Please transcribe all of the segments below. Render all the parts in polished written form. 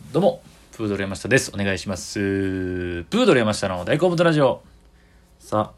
どうも、プードル山下です。お願いします。プードル山下の大好物ラジオ。さあ、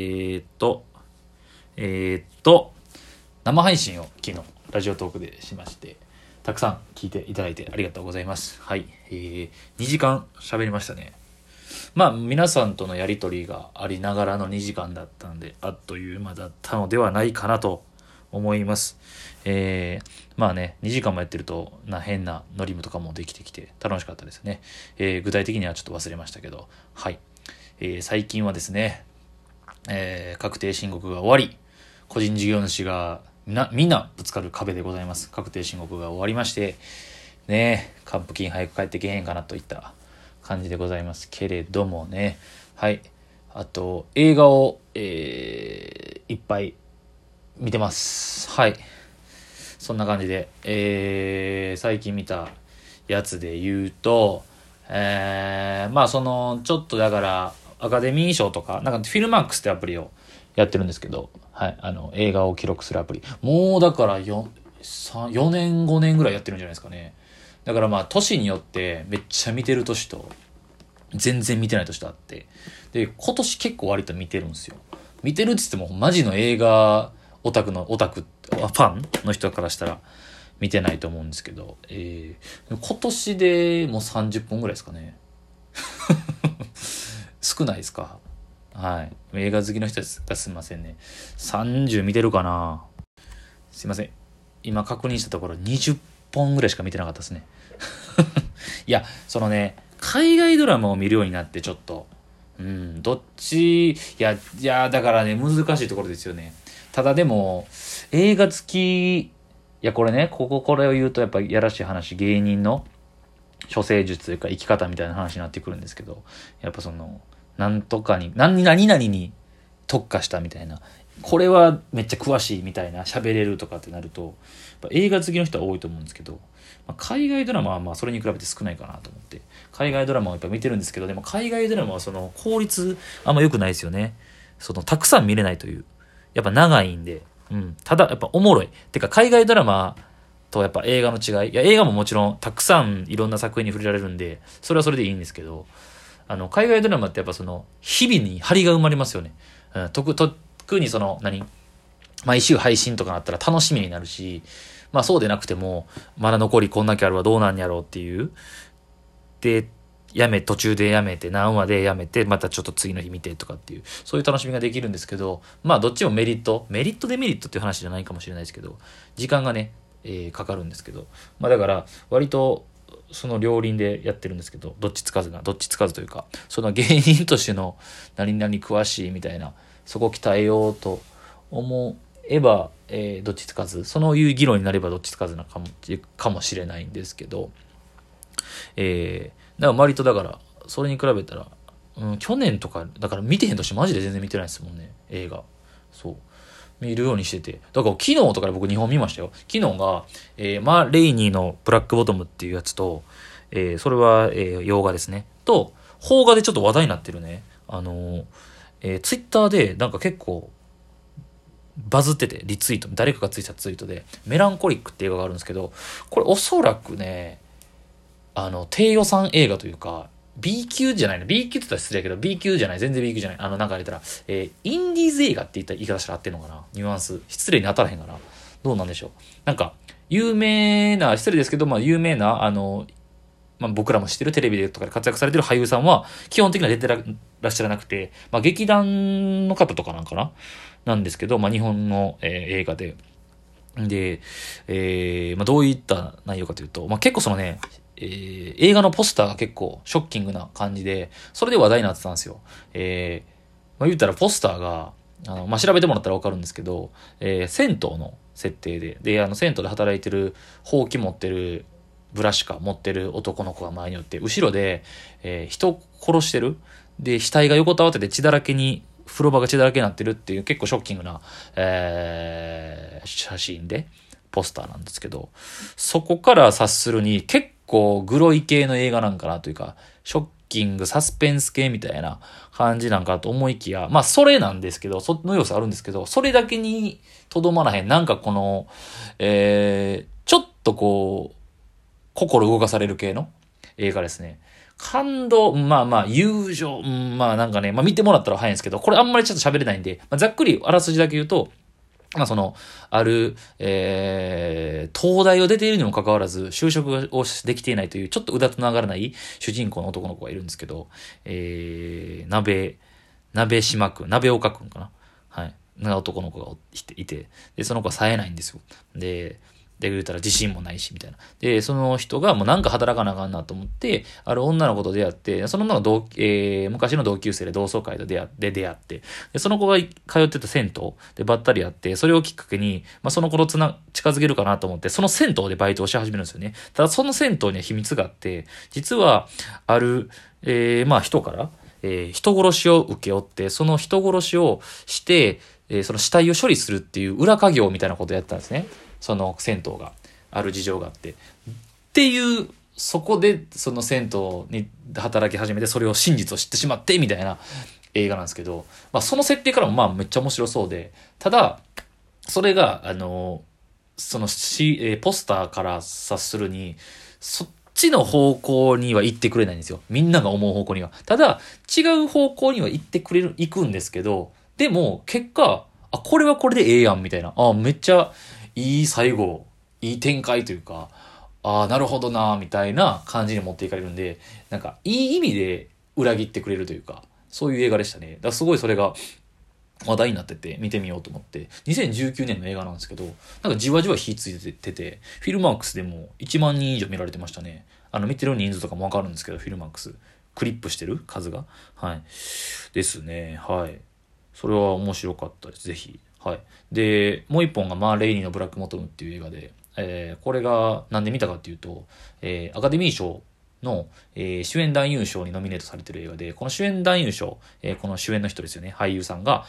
生配信を昨日、ラジオトークでしまして、たくさん聞いていただいてありがとうございます。はい。2時間喋りましたね。まあ、皆さんとのやりとりがありながらの2時間だったんで、あっという間だったのではないかなと思います。まあね、2時間もやってると変なノリムとかもできてきて楽しかったですね。具体的にはちょっと忘れましたけど、はい。最近はですね、確定申告が終わり、個人事業主がみんなぶつかる壁でございます。確定申告が終わりまして、ね、還付金早く帰ってけへんかなといった感じでございますけれどもね。はい。あと、映画を、いっぱい見てます。はい。そんな感じで、最近見たやつで言うと、まあちょっとだからアカデミー賞とか、なんかフィルマークスってアプリをやってるんですけど、はい、映画を記録するアプリ。もうだから4年5年ぐらいやってるんじゃないですかね。だからまあ年によってめっちゃ見てる年と全然見てない年とあって、で、今年結構割と見てるんですよ。見てるって言ってもマジの映画オタクファンの人からしたら見てないと思うんですけど、今年でもう30本ぐらいですかね。少ないですか？はい。映画好きの人がすいませんね。30見てるかな？すいません。今確認したところ20本ぐらいしか見てなかったですね。いや、海外ドラマを見るようになってちょっと、どっち、いや、だからね、難しいところですよね。ただでも、映画好き、いや、これね、これを言うとやっぱやらしい話、芸人の処世術というか生き方みたいな話になってくるんですけど、やっぱ何々に特化したみたいな、これはめっちゃ詳しいみたいな、喋れるとかってなると、やっぱ映画好きの人は多いと思うんですけど、海外ドラマはまあそれに比べて少ないかなと思って、海外ドラマをやっぱ見てるんですけど、でも海外ドラマは効率あんま良くないですよね。たくさん見れないという。やっぱ長いんで、ただやっぱおもろい。てか海外ドラマとやっぱ映画の違い。いや、映画ももちろんたくさんいろんな作品に触れられるんで、それはそれでいいんですけど、海外ドラマってやっぱ日々に張りが生まれますよね。特に毎週配信とかなったら楽しみになるし、まあそうでなくても、まだ残りこんだけあるわ、どうなんやろうっていう。で、途中でやめて、何話でやめて、またちょっと次の日見てとかっていう、そういう楽しみができるんですけど、まあどっちもメリット、デメリットっていう話じゃないかもしれないですけど、時間がね、かかるんですけど、まあだから、割と、両輪でやってるんですけど、どっちつかずというか、芸人としての何々詳しいみたいな、そこを鍛えようと思えば、どっちつかず、いう議論になればどっちつかずなかもしれないんですけど、だから割とそれに比べたら、去年とか、だから見てへんとしてマジで全然見てないですもんね、映画。そう。見るようにしてて。だから昨日とかで僕2本見ましたよ。昨日が、レイニーのブラックボトムっていうやつと、それは、洋画ですね。と、邦画でちょっと話題になってるね。ツイッターでなんか結構、バズってて、リツイート、誰かがついたツイートで、メランコリックって映画があるんですけど、これおそらくね、低予算映画というか、B 級じゃないの。B 級って言ったら失礼やけど、B 級じゃない。全然 B 級じゃない。なんか言ったら、インディーズ映画って言い方したら合ってんのかな、ニュアンス。失礼に当たらへんかな、どうなんでしょう。なんか、失礼ですけど、有名な、僕らも知ってるテレビとかで活躍されてる俳優さんは、基本的には出てらっしゃらなくて、劇団の方とかなんですけど、日本の、映画で。で、どういった内容かというと、結構映画のポスターが結構ショッキングな感じで、それで話題になってたんですよ。言ったらポスターが、調べてもらったらわかるんですけど、銭湯の設定で、銭湯で働いてる、ほうき持ってる、ブラシか持ってる男の子が前に寄って、後ろで、人を殺してる。で、死体が横たわってて風呂場が血だらけになってるっていう結構ショッキングな、写真で、ポスターなんですけど、そこから察するに結構グロい系の映画なんかなというか、ショッキング、サスペンス系みたいな感じなんかと思いきや、それなんですけど、その要素あるんですけど、それだけにとどまらへん。なんかちょっと心動かされる系の、 映画ですね。感動、まあまあ、友情、まあなんかね、まあ見てもらったら早いんですけど、これあんまりちょっと喋れないんで、まあ、ざっくりあらすじだけ言うと、まあその、ある、東大を出ているにもかかわらず、就職をできていないという、ちょっとうだつの上がらない主人公の男の子がいるんですけど、鍋島くん、鍋岡くんかな。はい。な男の子がいて、で、その子は冴えないんですよ。で、言うたら自信もないし、みたいな。で、その人がもうなんか働かなあかんなと思って、ある女の子と出会って、その女の昔の同級生で同窓会で出会って、で、その子が通ってた銭湯でばったり会って、それをきっかけに、まあ、その子と近づけるかなと思って、その銭湯でバイトをし始めるんですよね。ただ、その銭湯には秘密があって、実は、ある、まあ、人から、人殺しを請け負って、その人殺しをして、その死体を処理するっていう裏稼業みたいなことをやってたんですね。その銭湯が。ある事情があって。っていう、そこでその銭湯に働き始めて、それを真実を知ってしまって、みたいな映画なんですけど、まあその設定からもまあめっちゃ面白そうで、ただ、それが、そのポスターから察するに、そっちの方向には行ってくれないんですよ。みんなが思う方向には。ただ、違う方向には行くんですけど、でも、結果、あ、これはこれでええやん、みたいな。あ、めっちゃいい最後、いい展開というか、ああ、なるほどな、みたいな感じに持っていかれるんで、なんか、いい意味で裏切ってくれるというか、そういう映画でしたね。だからすごいそれが話題になってて、見てみようと思って、2019年の映画なんですけど、なんかじわじわ火ついてて、フィルマークスでも1万人以上見られてましたね。見てる人数とかもわかるんですけど、フィルマークス。クリップしてる数が。はい。ですね。はい。それは面白かったです。ぜひ。はい。で、もう一本がレイニーのブラックモトムっていう映画で、これがなんで見たかっていうと、アカデミー賞の、主演男優賞にノミネートされてる映画で、この主演男優賞、この主演の人ですよね、俳優さんが、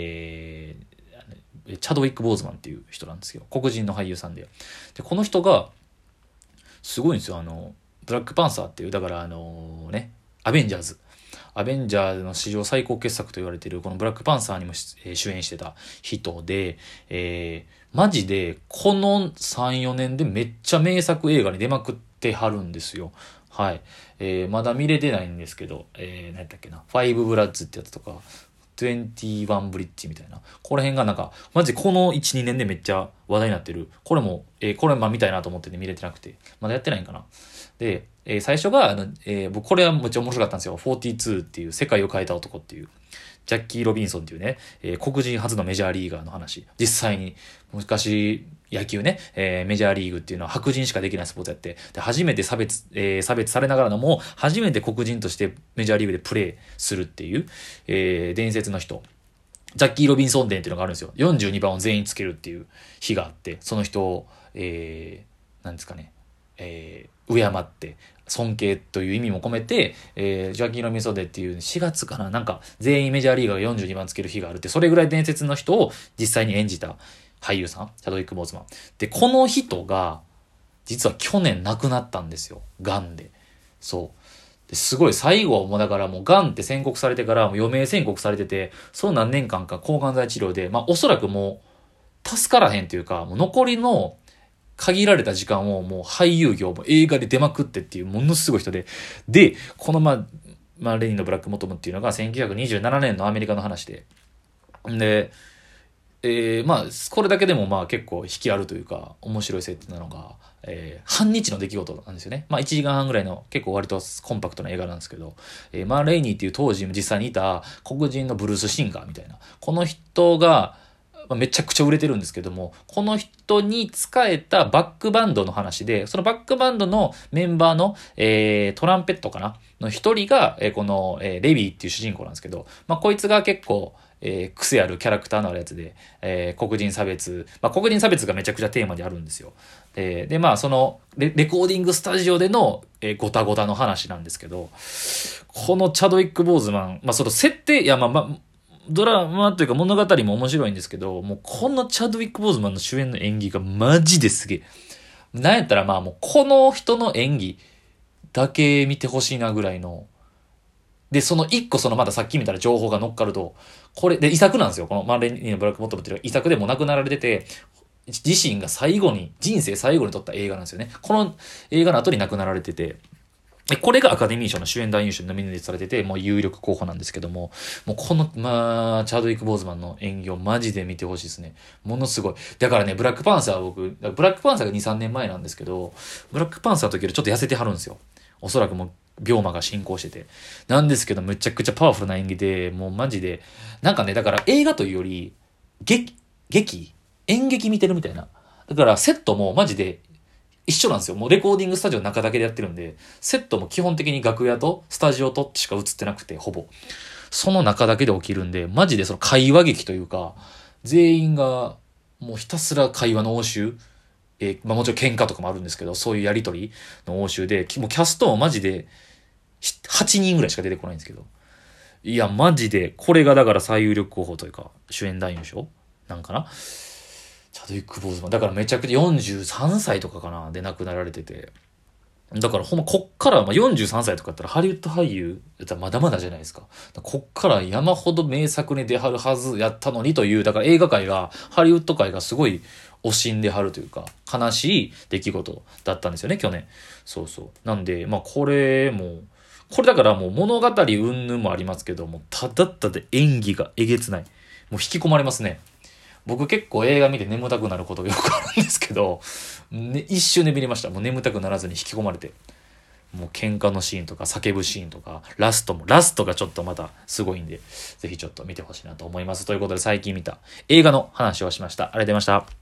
チャドウィック・ボーズマンっていう人なんですよ。黒人の俳優さんで。で、この人が、すごいんですよ。ブラックパンサーっていう、だからアベンジャーズ。アベンジャーズの史上最高傑作と言われているこのブラックパンサーにも主演してた人で、マジでこの3、4年でめっちゃ名作映画に出まくってはるんですよ。はい。まだ見れてないんですけど、何やったっけな、ファイブブラッツってやつとか、21ブリッジみたいな。この辺がなんか、マジこの1、2年でめっちゃ話題になってる。これも、これ見たいなと思ってて見れてなくて、まだやってないんかな。で、最初が、僕これはめっちゃ面白かったんですよ。42っていう世界を変えた男っていう。ジャッキー・ロビンソンっていうね、黒人初のメジャーリーガーの話。実際に、昔、野球ね、メジャーリーグっていうのは白人しかできないスポーツやって、で、初めて差別されながらのも、初めて黒人としてメジャーリーグでプレーするっていう、伝説の人。ジャッキー・ロビンソンデーっていうのがあるんですよ。42番を全員つけるっていう日があって、その人を、なんですかね、敬って、尊敬という意味も込めて、ジャッキー・ロビンソンデーっていう4月かな、なんか全員メジャーリーガーが42番つける日があるって、それぐらい伝説の人を実際に演じた俳優さん、チャドウィック・ボーズマン。で、この人が、実は去年亡くなったんですよ。癌で。そう。すごい最後もだからもう癌って宣告されてからもう余命宣告されてて、そう何年間か抗がん剤治療で、おそらくもう助からへんというか、もう残りの限られた時間をもう俳優業も映画で出まくってっていうものすごい人で、で、このレニーのブラックモトムっていうのが1927年のアメリカの話で、で、これだけでも結構引きあるというか、面白い設定なのが、半日の出来事なんですよね。1時間半ぐらいの結構割とコンパクトな映画なんですけど、レイニーっていう当時実際にいた黒人のブルースシンガーみたいな、この人が、めちゃくちゃ売れてるんですけども、この人に仕えたバックバンドの話で、そのバックバンドのメンバーの、トランペットかなの一人が、この、レビーっていう主人公なんですけど、こいつが結構、癖あるキャラクターのあるやつで、黒人差別、黒人差別がめちゃくちゃテーマであるんですよ。で、そのレコーディングスタジオでの、ゴタゴタの話なんですけど、このチャドウィック・ボーズマン、その設定、ドラマというか物語も面白いんですけど、もうこのチャドウィック・ボーズマンの主演の演技がマジですげえ。なんやったらもうこの人の演技だけ見てほしいなぐらいの。で、その一個まださっき見たら情報が乗っかると、これ、で、遺作なんですよ。このレニーのブラックモトムっていうのは遺作でも亡くなられてて、自身が人生最後に撮った映画なんですよね。この映画の後に亡くなられてて、 これがアカデミー賞の主演男優賞にノミネートされてて、もう有力候補なんですけども、もうこの、チャードウィック・ボーズマンの演技をマジで見てほしいですね。ものすごい。だからね、ブラックパンサーブラックパンサーが2、3年前なんですけど、ブラックパンサーの時よりちょっと痩せてはるんですよ。おそらくもう、病魔が進行してて。なんですけど、むちゃくちゃパワフルな演技で、もうマジで、なんかね、だから映画というより、演劇見てるみたいな。だからセットもマジで一緒なんですよ。もうレコーディングスタジオの中だけでやってるんで、セットも基本的に楽屋とスタジオとしか映ってなくて、ほぼ。その中だけで起きるんで、マジでその会話劇というか、全員がもうひたすら会話の応酬、もちろん喧嘩とかもあるんですけど、そういうやりとりの応酬で、もうキャストもマジで8人ぐらいしか出てこないんですけど。いや、マジで、これがだから最有力候補というか、主演男優賞なんかな、チャドウィック・ボーズマン。だからめちゃくちゃ43歳とかかなで亡くなられてて。だからほんまこっから、43歳とかやったらハリウッド俳優やったらまだまだじゃないですか。こっから山ほど名作に出はるはずやったのにという、だから映画界が、ハリウッド界がすごい惜しんではるというか、悲しい出来事だったんですよね、去年。そうそう。なんで、これだからもう物語云々もありますけども、ただただ演技がえげつない。もう引き込まれますね。僕結構映画見て眠たくなることがよくあるんですけど、ね、一瞬で見れました。もう眠たくならずに引き込まれて。もう喧嘩のシーンとか叫ぶシーンとか、ラストがちょっとまたすごいんで、ぜひちょっと見てほしいなと思います。ということで最近見た映画の話をしました。ありがとうございました。